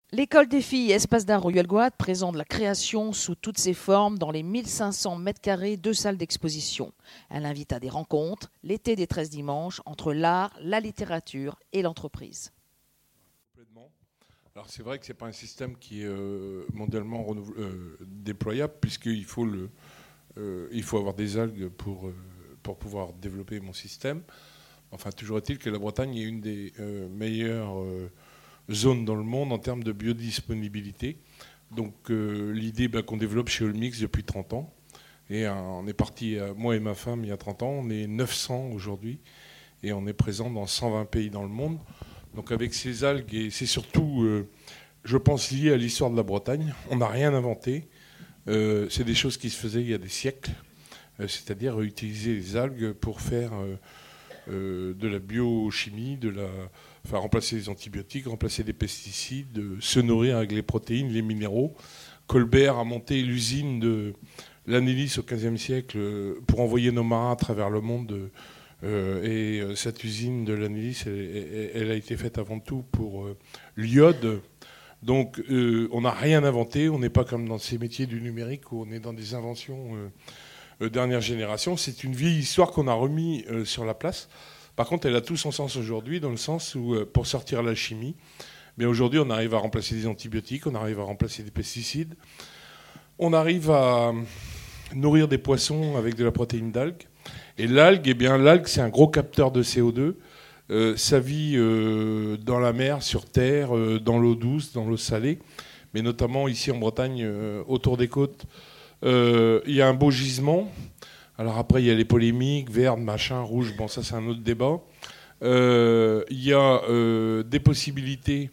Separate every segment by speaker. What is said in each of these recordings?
Speaker 1: L'école des filles Espace d'art Royal-Goat présente la création sous toutes ses formes dans les 1500 mètres carrés de salles d'exposition. Elle invite à des rencontres, l'été des 13 dimanches, entre l'art, la littérature et l'entreprise.
Speaker 2: Complètement. Alors c'est vrai que ce n'est pas un système qui est mondialement déployable, puisqu'il faut, il faut avoir des algues pour pouvoir développer mon système. Enfin, toujours est-il que la Bretagne est une des meilleures zones dans le monde en termes de biodisponibilité. Donc l'idée qu'on développe chez Olmix depuis 30 ans. Et on est parti, moi et ma femme, il y a 30 ans. On est 900 aujourd'hui. Et on est présent dans 120 pays dans le monde. Donc avec ces algues, et c'est surtout, je pense, lié à l'histoire de la Bretagne. On n'a rien inventé. C'est des choses qui se faisaient il y a des siècles. C'est-à-dire utiliser les algues pour faire de la biochimie, remplacer les antibiotiques, remplacer les pesticides, se nourrir avec les protéines, les minéraux. Colbert a monté l'usine de l'Annélis au XVe siècle pour envoyer nos marins à travers le monde. Et cette usine de l'Annélis, elle a été faite avant tout pour l'iode. Donc on n'a rien inventé, on n'est pas comme dans ces métiers du numérique où on est dans des inventions dernière génération. C'est une vieille histoire qu'on a remis sur la place. Par contre, elle a tout son sens aujourd'hui, dans le sens où, pour sortir la chimie, mais aujourd'hui, on arrive à remplacer des antibiotiques, on arrive à remplacer des pesticides, on arrive à nourrir des poissons avec de la protéine d'algue. Et l'algue, l'algue, c'est un gros capteur de CO2. Ça vit dans la mer, sur terre, dans l'eau douce, dans l'eau salée, mais notamment ici en Bretagne, autour des côtes. Il y a un beau gisement. Alors après, il y a les polémiques, vert, machin, rouge. Bon, ça, c'est un autre débat. Il y a des possibilités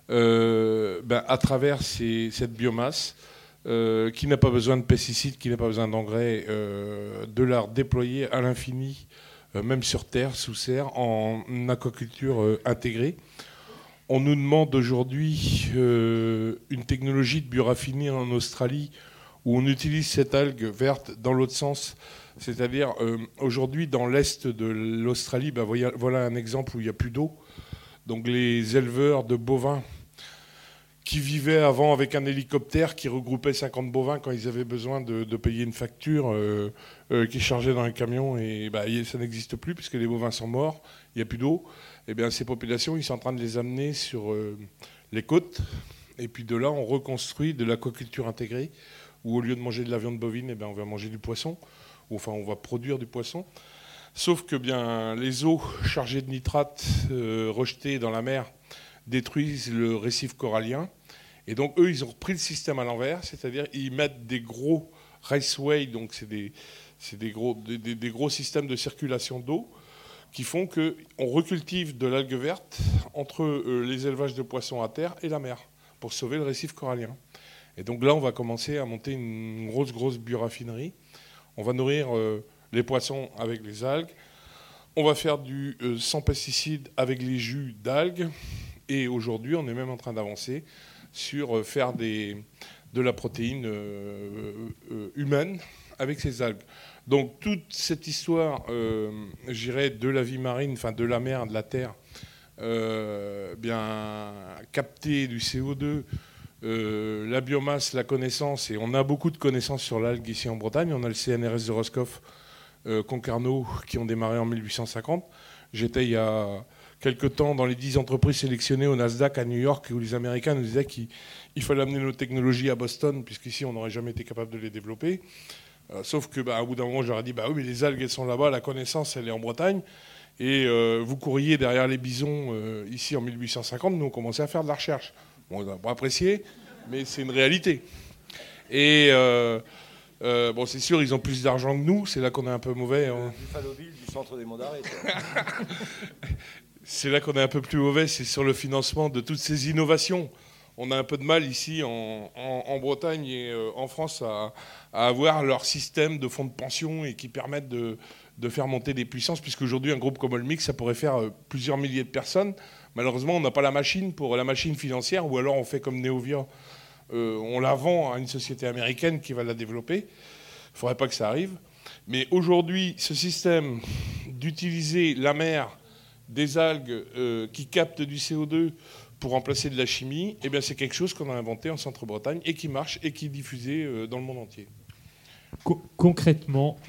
Speaker 2: à travers cette biomasse qui n'a pas besoin de pesticides, qui n'a pas besoin d'engrais, de la déployer à l'infini, même sur terre, sous serre, en aquaculture intégrée. On nous demande aujourd'hui une technologie de bioraffinerie en Australie où on utilise cette algue verte dans l'autre sens. C'est-à-dire, aujourd'hui, dans l'est de l'Australie, voilà un exemple où il n'y a plus d'eau. Donc les éleveurs de bovins qui vivaient avant avec un hélicoptère qui regroupait 50 bovins quand ils avaient besoin de payer une facture qui chargeait dans un camion, et ça n'existe plus puisque les bovins sont morts, il n'y a plus d'eau. Et bien ces populations, ils sont en train de les amener sur les côtes. Et puis de là, on reconstruit de l'aquaculture intégrée, où au lieu de manger de la viande bovine, on va manger du poisson, enfin on va produire du poisson. Sauf que les eaux chargées de nitrates rejetées dans la mer détruisent le récif corallien. Et donc eux, ils ont repris le système à l'envers, c'est-à-dire ils mettent des gros raceways, donc c'est des gros systèmes de circulation d'eau qui font qu'on recultive de l'algue verte entre les élevages de poissons à terre et la mer pour sauver le récif corallien. Et donc là, on va commencer à monter une grosse bioraffinerie. On va nourrir les poissons avec les algues. On va faire du sans pesticides avec les jus d'algues. Et aujourd'hui, on est même en train d'avancer sur faire de la protéine humaine avec ces algues. Donc toute cette histoire, je dirais, de la vie marine, enfin de la mer, de la terre, capter du CO2, la biomasse, la connaissance, et on a beaucoup de connaissances sur l'algue ici en Bretagne. On a le CNRS de Roscoff, Concarneau, qui ont démarré en 1850. J'étais il y a quelque temps dans les 10 entreprises sélectionnées au Nasdaq à New York, où les Américains nous disaient qu'il fallait amener nos technologies à Boston, puisqu'ici on n'aurait jamais été capable de les développer. Sauf que, au bout d'un moment, j'aurais dit, oui, mais les algues, elles sont là-bas, la connaissance, elle est en Bretagne. Et vous courriez derrière les bisons ici en 1850, nous on commençait à faire de la recherche. Bon, on n'a pas apprécié, mais c'est une réalité. Et c'est sûr, ils ont plus d'argent que nous, c'est là qu'on est un peu mauvais.
Speaker 3: Buffalo-Bill du centre des Monts d'Arrêt.
Speaker 2: C'est là qu'on est un peu plus mauvais, c'est sur le financement de toutes ces innovations. On a un peu de mal ici en Bretagne et en France à avoir leur système de fonds de pension et qui permettent de faire monter des puissances, puisqu'aujourd'hui un groupe comme Olmix, ça pourrait faire plusieurs milliers de personnes. Malheureusement, on n'a pas la machine financière, ou alors on fait comme Neovia, on la vend à une société américaine qui va la développer. Il ne faudrait pas que ça arrive. Mais aujourd'hui, ce système d'utiliser la mer, des algues qui captent du CO2 pour remplacer de la chimie, eh bien, c'est quelque chose qu'on a inventé en Centre-Bretagne et qui marche et qui est diffusé dans le monde entier.
Speaker 4: Concrètement,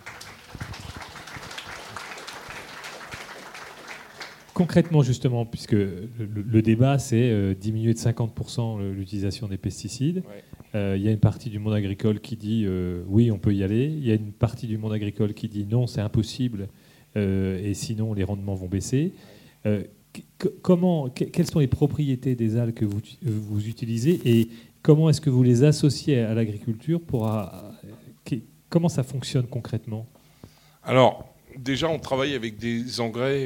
Speaker 4: justement, puisque le débat, c'est diminuer de 50% l'utilisation des pesticides. Il y a une partie du monde agricole qui dit oui, on peut y aller. Il y a une partie du monde agricole qui dit non, c'est impossible, et sinon les rendements vont baisser. Quelles sont les propriétés des algues que vous utilisez et comment est-ce que vous les associez à l'agriculture comment ça fonctionne concrètement ?
Speaker 2: Alors, déjà, on travaille avec des engrais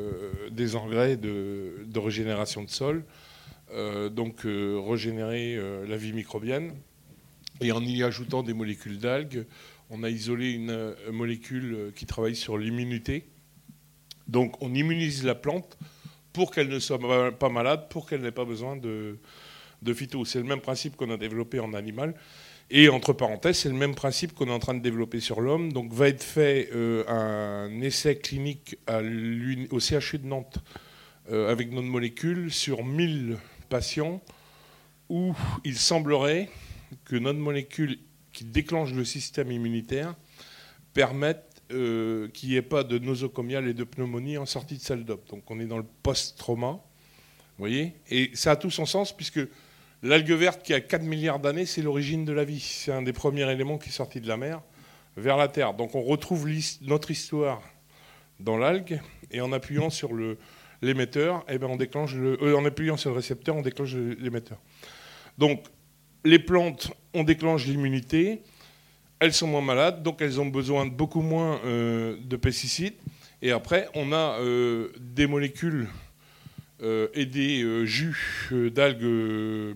Speaker 2: de régénération de sol, donc régénérer la vie microbienne. Et en y ajoutant des molécules d'algues, on a isolé une molécule qui travaille sur l'immunité. Donc, on immunise la plante pour qu'elle ne soit pas malade, pour qu'elle n'ait pas besoin de phyto. C'est le même principe qu'on a développé en animal. Et entre parenthèses, c'est le même principe qu'on est en train de développer sur l'homme. Donc va être fait un essai clinique au CHU de Nantes avec notre molécule sur 1000 patients où il semblerait que notre molécule qui déclenche le système immunitaire permette qu'il n'y ait pas de nosocomiale et de pneumonie en sortie de salle d'op. Donc on est dans le post-trauma, vous voyez. Et ça a tout son sens puisque l'algue verte qui a 4 milliards d'années, c'est l'origine de la vie. C'est un des premiers éléments qui est sorti de la mer vers la Terre. Donc on retrouve notre histoire dans l'algue et en appuyant sur l'émetteur, eh ben on déclenche en appuyant sur le récepteur, on déclenche l'émetteur. Donc les plantes, on déclenche l'immunité. Elles sont moins malades, donc elles ont besoin de beaucoup moins de pesticides. Et après, on a des molécules et des jus d'algues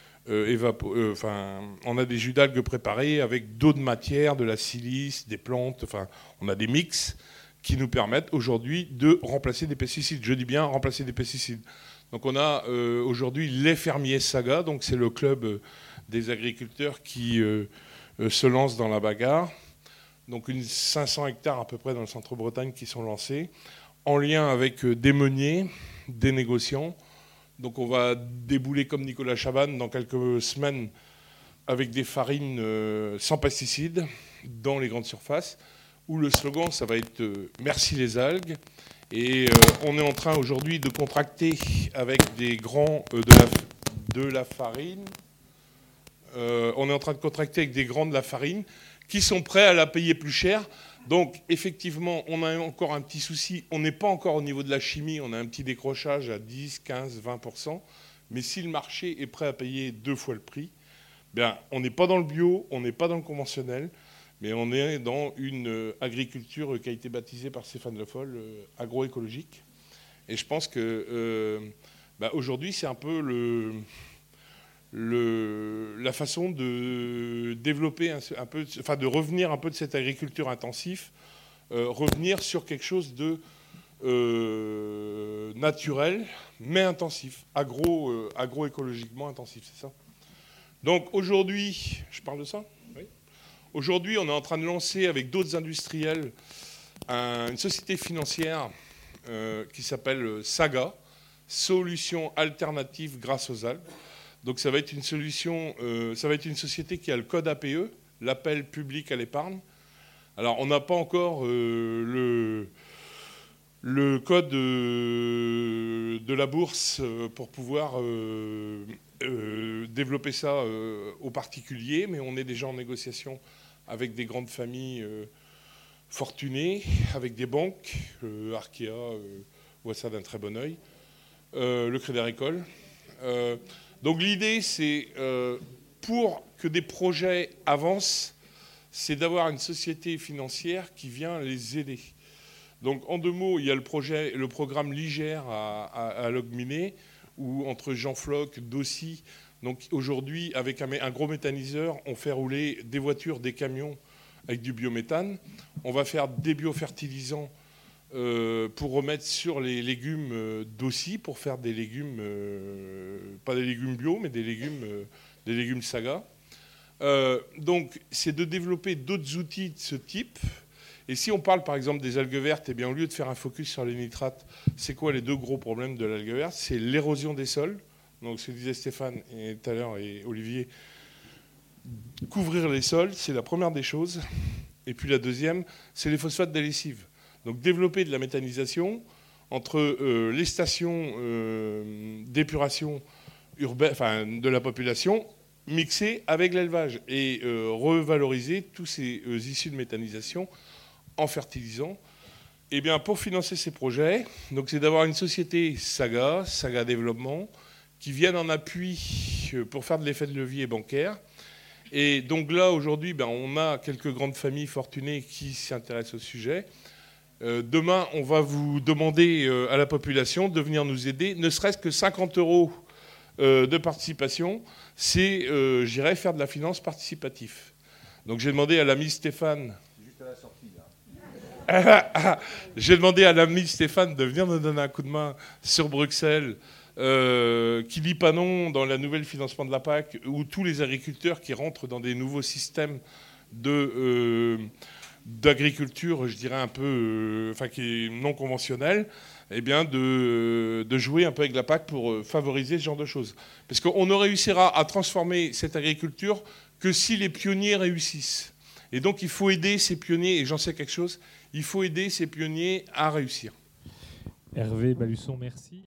Speaker 2: on a des jus d'algues préparés avec d'autres matières, de la silice, des plantes. Enfin, on a des mix qui nous permettent aujourd'hui de remplacer des pesticides. Je dis bien remplacer des pesticides. Donc on a aujourd'hui les fermiers Saga, donc c'est le club des agriculteurs qui se lancent dans la bagarre. Donc 500 hectares à peu près dans le centre-Bretagne qui sont lancés, en lien avec des meuniers, des négociants. Donc on va débouler comme Nicolas Chabannes dans quelques semaines avec des farines sans pesticides dans les grandes surfaces, où le slogan, ça va être « Merci les algues ». Et on est en train aujourd'hui de contracter avec des grands de la farine. On est en train de contracter avec des grands de la farine qui sont prêts à la payer plus cher. Donc, effectivement, on a encore un petit souci. On n'est pas encore au niveau de la chimie. On a un petit décrochage à 10, 15, 20%. Mais si le marché est prêt à payer 2 fois le prix, bien, on n'est pas dans le bio, on n'est pas dans le conventionnel, mais on est dans une agriculture qui a été baptisée par Stéphane Le Foll agroécologique. Et je pense que aujourd'hui, c'est un peu la façon de développer un peu, enfin de revenir un peu de cette agriculture intensive, revenir sur quelque chose de naturel, mais intensif, agroécologiquement intensif, c'est ça. Donc aujourd'hui, je parle de ça ? Oui. Aujourd'hui, on est en train de lancer avec d'autres industriels une société financière qui s'appelle Saga, Solutions alternatives grâce aux algues. Donc ça va être une solution, ça va être une société qui a le code APE, l'appel public à l'épargne. Alors on n'a pas encore le code de la bourse pour pouvoir développer ça aux particuliers, mais on est déjà en négociation avec des grandes familles fortunées, avec des banques, Arkea voit ça d'un très bon œil, le Crédit Agricole. Donc l'idée, c'est pour que des projets avancent, c'est d'avoir une société financière qui vient les aider. Donc en 2 mots, il y a le programme Ligère à Logminé, où entre Jean Floch, Dossi, donc aujourd'hui avec un gros méthaniseur, on fait rouler des voitures, des camions avec du biométhane. On va faire des biofertilisants pour remettre sur les légumes d'Aussi, pour faire des légumes, pas des légumes bio, mais des légumes Saga. Donc c'est de développer d'autres outils de ce type Et si on parle par exemple des algues vertes, eh bien, au lieu de faire un focus sur les nitrates, c'est quoi les deux gros problèmes de l'algue verte? C'est l'érosion des sols, donc ce que disait Stéphane et tout à l'heure et Olivier, couvrir les sols, c'est la première des choses. Et puis la deuxième, c'est les phosphates de la lessive. Donc développer de la méthanisation entre les stations d'épuration urbaine, enfin, de la population, mixées avec l'élevage, et revaloriser tous ces issus de méthanisation en fertilisant. Eh bien, pour financer ces projets, donc c'est d'avoir une société Saga Développement, qui vienne en appui pour faire de l'effet de levier bancaire. Et donc là, aujourd'hui, on a quelques grandes familles fortunées qui s'y intéressent au sujet. Demain, on va vous demander à la population de venir nous aider, ne serait-ce que 50 € de participation, c'est, j'irais, faire de la finance participative. Donc j'ai demandé à l'ami Stéphane...
Speaker 3: Juste à la sortie, là.
Speaker 2: J'ai demandé à l'ami Stéphane de venir nous donner un coup de main sur Bruxelles, qui dit pas non dans la nouvelle financement de la PAC, où tous les agriculteurs qui rentrent dans des nouveaux systèmes d'agriculture, je dirais un peu, qui est non conventionnel, eh bien de jouer un peu avec la PAC pour favoriser ce genre de choses. Parce qu'on ne réussira à transformer cette agriculture que si les pionniers réussissent. Et donc il faut aider ces pionniers, et j'en sais quelque chose, il faut aider ces pionniers à réussir.
Speaker 4: Hervé Balusson, merci.